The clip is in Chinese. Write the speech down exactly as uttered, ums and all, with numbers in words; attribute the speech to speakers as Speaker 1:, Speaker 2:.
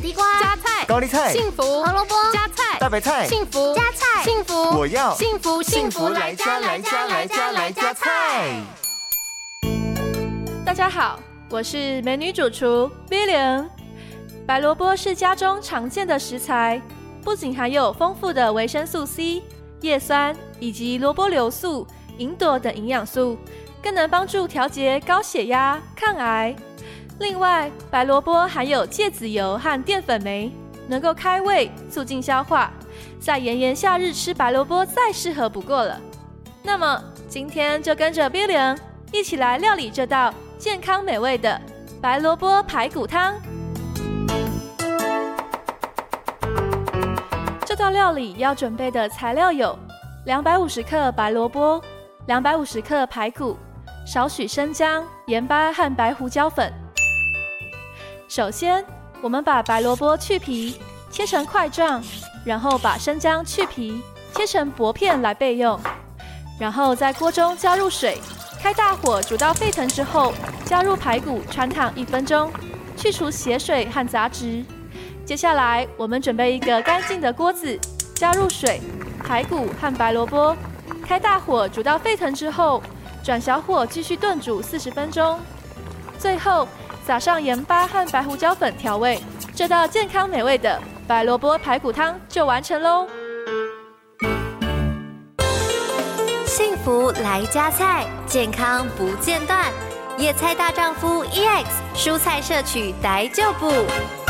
Speaker 1: 地瓜、
Speaker 2: 加菜、
Speaker 3: 高丽菜、
Speaker 2: 幸福、
Speaker 1: 胡萝卜、
Speaker 2: 加菜、
Speaker 3: 大白菜、
Speaker 2: 幸福、
Speaker 1: 加菜、
Speaker 2: 幸福，
Speaker 3: 我要
Speaker 2: 幸福
Speaker 3: 幸福来家来家来家来家菜。
Speaker 4: 大家好，我是美女主厨 V 零。白萝卜是家中常见的食材，不仅含有丰富的维生素 C、叶酸以及萝卜硫素、吲哚等营养素，更能帮助调节高血压、抗癌。另外，白萝卜含有芥子油和淀粉酶，能够开胃、促进消化，在炎炎夏日吃白萝卜再适合不过了。那么，今天就跟着 V 零一起来料理这道健康美味的白萝卜排骨汤。这道料理要准备的材料有两百五十克白萝卜、两百五十克排骨、少许生姜、盐巴和白胡椒粉。首先，我们把白萝卜去皮，切成块状，然后把生姜去皮，切成薄片来备用。然后在锅中加入水，开大火煮到沸腾之后，加入排骨汆烫一分钟，去除血水和杂质。接下来，我们准备一个干净的锅子，加入水、排骨和白萝卜，开大火煮到沸腾之后，转小火继续炖煮四十分钟。最后撒上盐巴和白胡椒粉调味，这道健康美味的白萝卜排骨汤就完成喽。
Speaker 1: 幸福来家菜，健康不间断。野菜大丈夫 E X 蔬菜摄取逮就补。